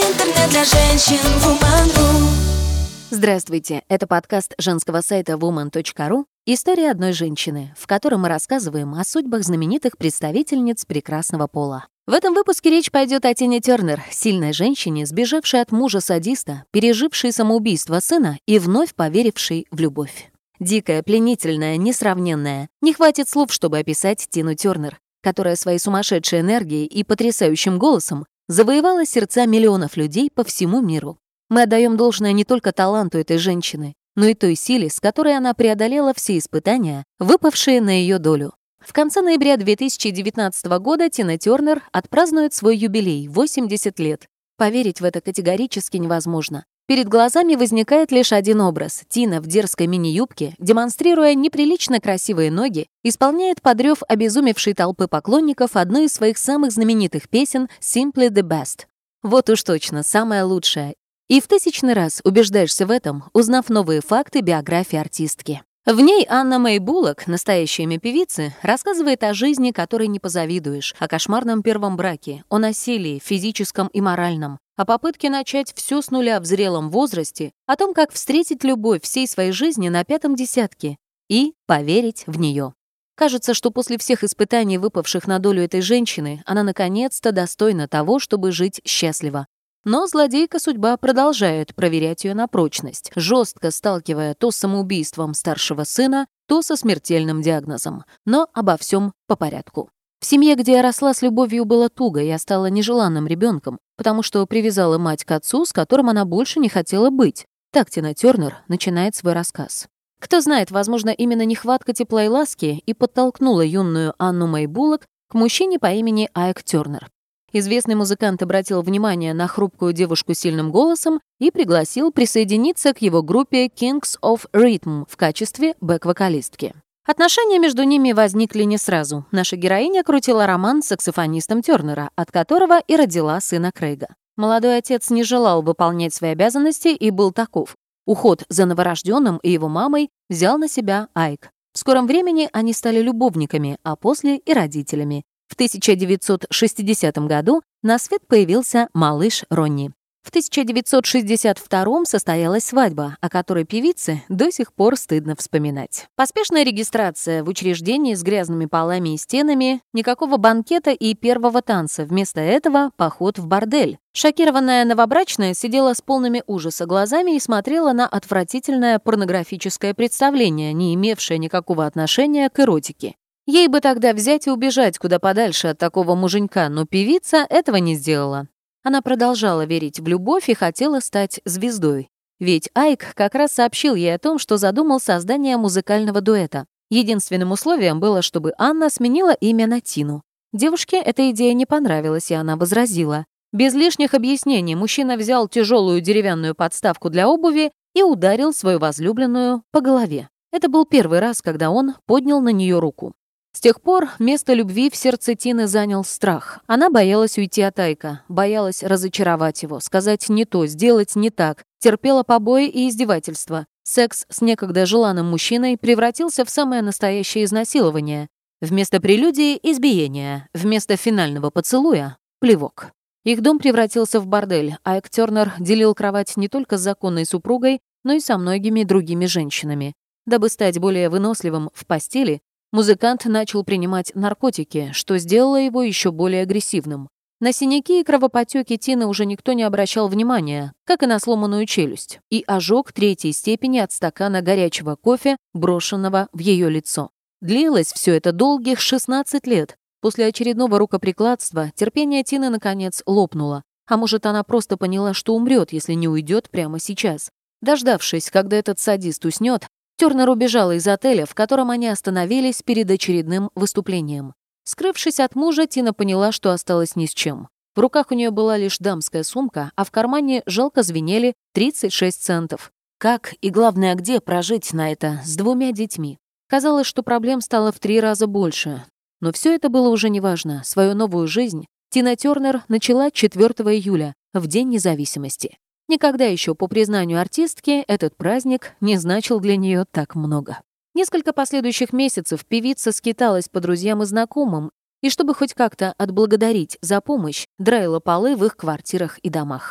Интернет для женщин. Woman.ru. Здравствуйте, это подкаст женского сайта woman.ru «История одной женщины», в котором мы рассказываем о судьбах знаменитых представительниц прекрасного пола. В этом выпуске речь пойдет о Тине Тернер, сильной женщине, сбежавшей от мужа-садиста, пережившей самоубийство сына и вновь поверившей в любовь. Дикая, пленительная, несравненная. Не хватит слов, чтобы описать Тину Тернер, которая своей сумасшедшей энергией и потрясающим голосом завоевала сердца миллионов людей по всему миру. Мы отдаем должное не только таланту этой женщины, но и той силе, с которой она преодолела все испытания, выпавшие на ее долю. В конце ноября 2019 года Тина Тернер отпразднует свой юбилей — 80 лет. Поверить в это категорически невозможно. Перед глазами возникает лишь один образ. Тина в дерзкой мини-юбке, демонстрируя неприлично красивые ноги, исполняет под рёв обезумевшей толпы поклонников одну из своих самых знаменитых песен «Simply the Best». Вот уж точно, самая лучшая. И в тысячный раз убеждаешься в этом, узнав новые факты биографии артистки. В ней Анна Мэй Буллок, настоящее имя певицы, рассказывает о жизни, которой не позавидуешь, о кошмарном первом браке, о насилии, физическом и моральном, о попытке начать все с нуля в зрелом возрасте, о том, как встретить любовь всей своей жизни на 5-м десятке и поверить в нее. Кажется, что после всех испытаний, выпавших на долю этой женщины, она наконец-то достойна того, чтобы жить счастливо. Но злодейка судьба продолжает проверять ее на прочность, жестко сталкивая то с самоубийством старшего сына, то со смертельным диагнозом. Но обо всем по порядку. В семье, где я росла, с любовью было туго, я стала нежеланным ребенком, потому что привязала мать к отцу, с которым она больше не хотела быть. Так Тина Тернер начинает свой рассказ. Кто знает, возможно, именно нехватка тепла и ласки и подтолкнула юную Анну Мэй Буллок к мужчине по имени Айк Тернер. Известный музыкант обратил внимание на хрупкую девушку с сильным голосом и пригласил присоединиться к его группе Kings of Rhythm в качестве бэк-вокалистки. Отношения между ними возникли не сразу. Наша героиня крутила роман с саксофонистом Тернера, от которого и родила сына Крейга. Молодой отец не желал выполнять свои обязанности и был таков. Уход за новорожденным и его мамой взял на себя Айк. В скором времени они стали любовниками, а после и родителями. В 1960 году на свет появился малыш Ронни. В 1962 состоялась свадьба, о которой певице до сих пор стыдно вспоминать. Поспешная регистрация в учреждении с грязными полами и стенами, никакого банкета и первого танца, вместо этого поход в бордель. Шокированная новобрачная сидела с полными ужаса глазами и смотрела на отвратительное порнографическое представление, не имевшее никакого отношения к эротике. Ей бы тогда взять и убежать куда подальше от такого муженька, но певица этого не сделала. Она продолжала верить в любовь и хотела стать звездой. Ведь Айк как раз сообщил ей о том, что задумал создание музыкального дуэта. Единственным условием было, чтобы Анна сменила имя на Тину. Девушке эта идея не понравилась, и она возразила. Без лишних объяснений мужчина взял тяжелую деревянную подставку для обуви и ударил свою возлюбленную по голове. Это был первый раз, когда он поднял на нее руку. С тех пор место любви в сердце Тины занял страх. Она боялась уйти от Айка, боялась разочаровать его, сказать не то, сделать не так, терпела побои и издевательства. Секс с некогда желанным мужчиной превратился в самое настоящее изнасилование. Вместо прелюдии — избиение, вместо финального поцелуя — плевок. Их дом превратился в бордель. Айк Тернер делил кровать не только с законной супругой, но и со многими другими женщинами. Дабы стать более выносливым в постели, музыкант начал принимать наркотики, что сделало его еще более агрессивным. На синяки и кровопотеки Тины уже никто не обращал внимания, как и на сломанную челюсть, и ожог 3-й степени от стакана горячего кофе, брошенного в ее лицо. Длилось все это долгих 16 лет. После очередного рукоприкладства терпение Тины наконец лопнуло. А может, она просто поняла, что умрет, если не уйдет прямо сейчас. Дождавшись, когда этот садист уснет, Тернер убежала из отеля, в котором они остановились перед очередным выступлением. Скрывшись от мужа, Тина поняла, что осталась ни с чем. В руках у нее была лишь дамская сумка, а в кармане жалко звенели 36 центов. Как и, главное, где прожить на это с 2 детьми? Казалось, что проблем стало в 3 раза больше. Но все это было уже неважно. Свою новую жизнь Тина Тернер начала 4 июля, в День независимости. Никогда еще, по признанию артистки, этот праздник не значил для нее так много. Несколько последующих месяцев певица скиталась по друзьям и знакомым, и чтобы хоть как-то отблагодарить за помощь, драила полы в их квартирах и домах.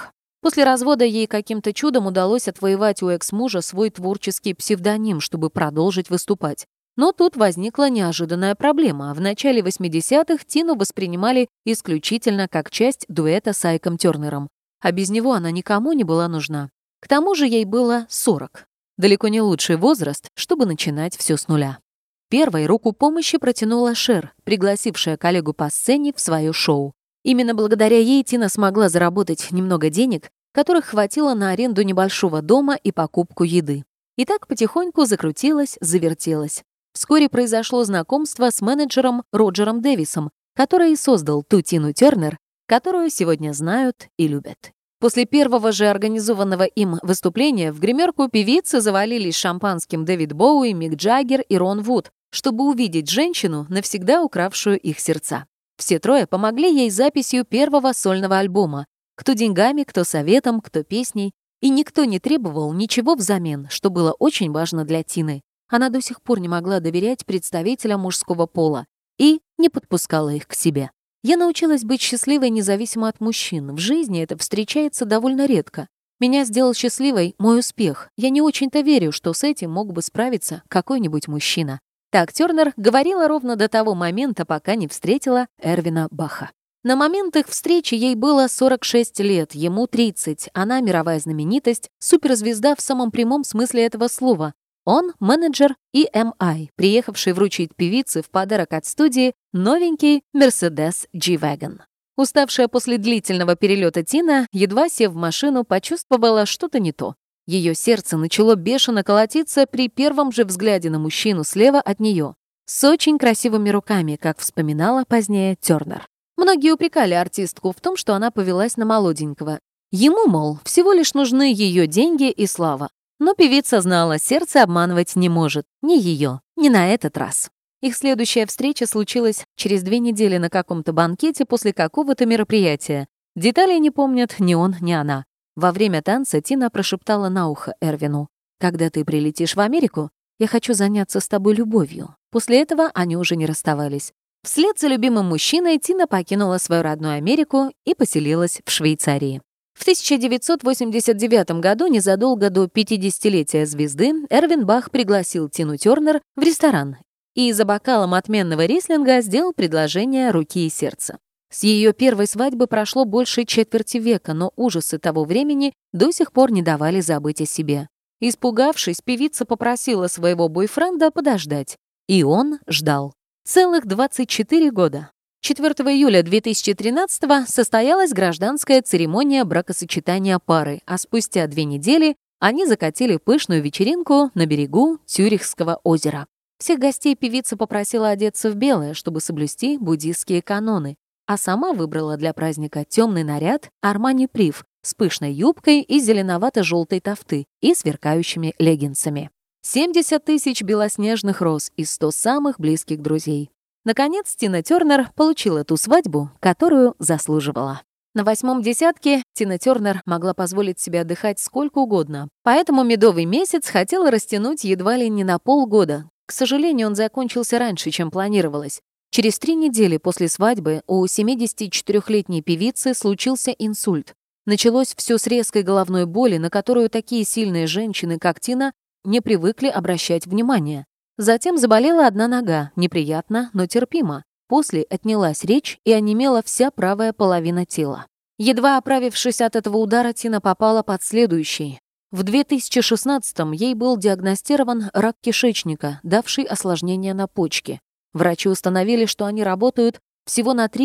После развода ей каким-то чудом удалось отвоевать у экс-мужа свой творческий псевдоним, чтобы продолжить выступать. Но тут возникла неожиданная проблема. В начале 80-х Тину воспринимали исключительно как часть дуэта с Айком Тёрнером, а без него она никому не была нужна. К тому же ей было 40. Далеко не лучший возраст, чтобы начинать все с нуля. Первой руку помощи протянула Шер, пригласившая коллегу по сцене в свое шоу. Именно благодаря ей Тина смогла заработать немного денег, которых хватило на аренду небольшого дома и покупку еды. И так потихоньку закрутилась, завертелась. Вскоре произошло знакомство с менеджером Роджером Дэвисом, который и создал ту Тину Тёрнер, которую сегодня знают и любят. После первого же организованного им выступления в гримерку певицы завалились шампанским Дэвид Боуи, Мик Джаггер и Рон Вуд, чтобы увидеть женщину, навсегда укравшую их сердца. Все трое помогли ей с записью первого сольного альбома. Кто деньгами, кто советом, кто песней. И никто не требовал ничего взамен, что было очень важно для Тины. Она до сих пор не могла доверять представителям мужского пола и не подпускала их к себе. Я научилась быть счастливой независимо от мужчин. В жизни это встречается довольно редко. Меня сделал счастливой мой успех. Я не очень-то верю, что с этим мог бы справиться какой-нибудь мужчина. Так Тёрнер говорила ровно до того момента, пока не встретила Эрвина Баха. На момент их встречи ей было 46 лет, ему 30. Она мировая знаменитость, суперзвезда в самом прямом смысле этого слова. Он — менеджер EMI, приехавший вручить певице в подарок от студии новенький Mercedes G-Wagon. Уставшая после длительного перелета Тина, едва сев в машину, почувствовала что-то не то. Ее сердце начало бешено колотиться при первом же взгляде на мужчину слева от нее, с очень красивыми руками, как вспоминала позднее Тёрнер. Многие упрекали артистку в том, что она повелась на молоденького. Ему, мол, всего лишь нужны ее деньги и слава. Но певица знала, сердце обманывать не может. Ни ее, ни на этот раз. Их следующая встреча случилась через 2 недели на каком-то банкете после какого-то мероприятия. Деталей не помнят ни он, ни она. Во время танца Тина прошептала на ухо Эрвину: «Когда ты прилетишь в Америку, я хочу заняться с тобой любовью». После этого они уже не расставались. Вслед за любимым мужчиной Тина покинула свою родную Америку и поселилась в Швейцарии. В 1989 году, незадолго до 50-летия звезды, Эрвин Бах пригласил Тину Тёрнер в ресторан и за бокалом отменного рислинга сделал предложение руки и сердца. С ее первой свадьбы прошло больше четверти века, но ужасы того времени до сих пор не давали забыть о себе. Испугавшись, певица попросила своего бойфренда подождать. И он ждал. Целых 24 года. 4 июля 2013-го состоялась гражданская церемония бракосочетания пары, а спустя 2 недели они закатили пышную вечеринку на берегу Цюрихского озера. Всех гостей певица попросила одеться в белое, чтобы соблюсти буддистские каноны, а сама выбрала для праздника темный наряд Armani Priv с пышной юбкой из зеленовато-желтой тафты и сверкающими леггинсами. 70 тысяч белоснежных роз из 100 самых близких друзей. Наконец, Тина Тёрнер получила ту свадьбу, которую заслуживала. На 8-м десятке Тина Тёрнер могла позволить себе отдыхать сколько угодно, поэтому медовый месяц хотела растянуть едва ли не на полгода. К сожалению, он закончился раньше, чем планировалось. Через 3 недели после свадьбы у 74-летней певицы случился инсульт. Началось все с резкой головной боли, на которую такие сильные женщины, как Тина, не привыкли обращать внимание. Затем заболела одна нога, неприятно, но терпимо. После отнялась речь и онемела вся правая половина тела. Едва оправившись от этого удара, Тина попала под следующий. В 2016-м ей был диагностирован рак кишечника, давший осложнения на почке. Врачи установили, что они работают всего на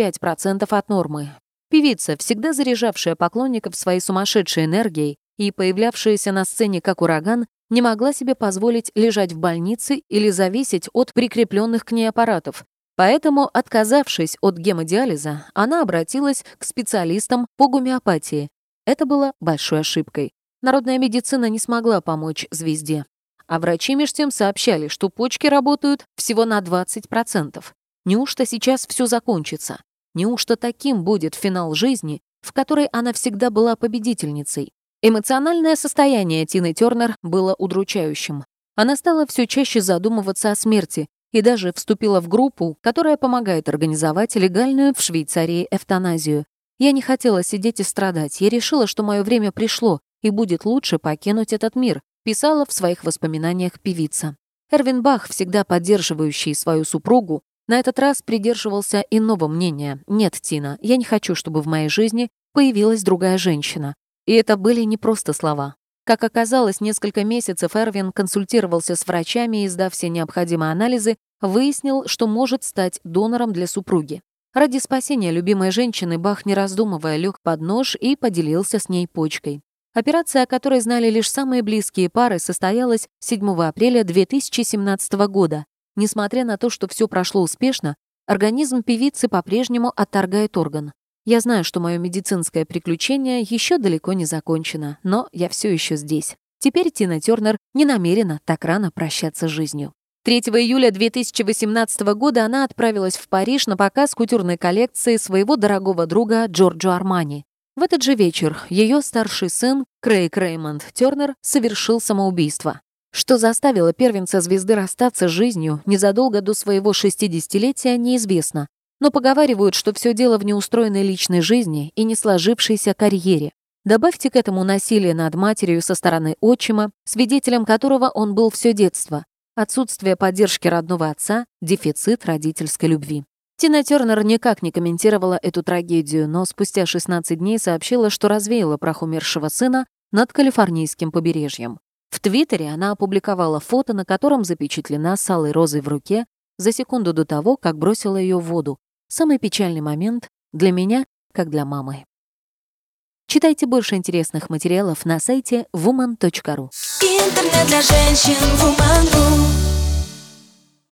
35% от нормы. Певица, всегда заряжавшая поклонников своей сумасшедшей энергией и появлявшаяся на сцене как ураган, не могла себе позволить лежать в больнице или зависеть от прикрепленных к ней аппаратов. Поэтому, отказавшись от гемодиализа, она обратилась к специалистам по гомеопатии. Это было большой ошибкой. Народная медицина не смогла помочь звезде. А врачи меж тем сообщали, что почки работают всего на 20%. Неужто сейчас все закончится? Неужто таким будет финал жизни, в которой она всегда была победительницей? Эмоциональное состояние Тины Тёрнер было удручающим. Она стала все чаще задумываться о смерти и даже вступила в группу, которая помогает организовать легальную в Швейцарии эвтаназию. Я не хотела сидеть и страдать. Я решила, что мое время пришло, и будет лучше покинуть этот мир, писала в своих воспоминаниях певица. Эрвин Бах, всегда поддерживающий свою супругу, на этот раз придерживался иного мнения. «Нет, Тина, я не хочу, чтобы в моей жизни появилась другая женщина». И это были не просто слова. Как оказалось, несколько месяцев Эрвин консультировался с врачами и, сдав все необходимые анализы, выяснил, что может стать донором для супруги. Ради спасения любимой женщины Бах, не раздумывая, лег под нож и поделился с ней почкой. Операция, о которой знали лишь самые близкие пары, состоялась 7 апреля 2017 года. Несмотря на то, что все прошло успешно, организм певицы по-прежнему отторгает орган. Я знаю, что мое медицинское приключение еще далеко не закончено, но я все еще здесь. Теперь Тина Тернер не намерена так рано прощаться с жизнью. 3 июля 2018 года она отправилась в Париж на показ кутюрной коллекции своего дорогого друга Джорджо Армани. В этот же вечер ее старший сын Крейг Реймонд Тернер совершил самоубийство. Что заставило первенца звезды расстаться с жизнью незадолго до своего 60-летия, неизвестно. Но поговаривают, что все дело в неустроенной личной жизни и не сложившейся карьере. Добавьте к этому насилие над матерью со стороны отчима, свидетелем которого он был все детство, отсутствие поддержки родного отца, дефицит родительской любви. Тина Тернер никак не комментировала эту трагедию, но спустя 16 дней сообщила, что развеяла прах умершего сына над калифорнийским побережьем. В Твиттере она опубликовала фото, на котором запечатлена с алой розой в руке за секунду до того, как бросила ее в воду. Самый печальный момент для меня, как для мамы. Читайте больше интересных материалов на сайте woman.ru. Интернет для женщин Woman.ru.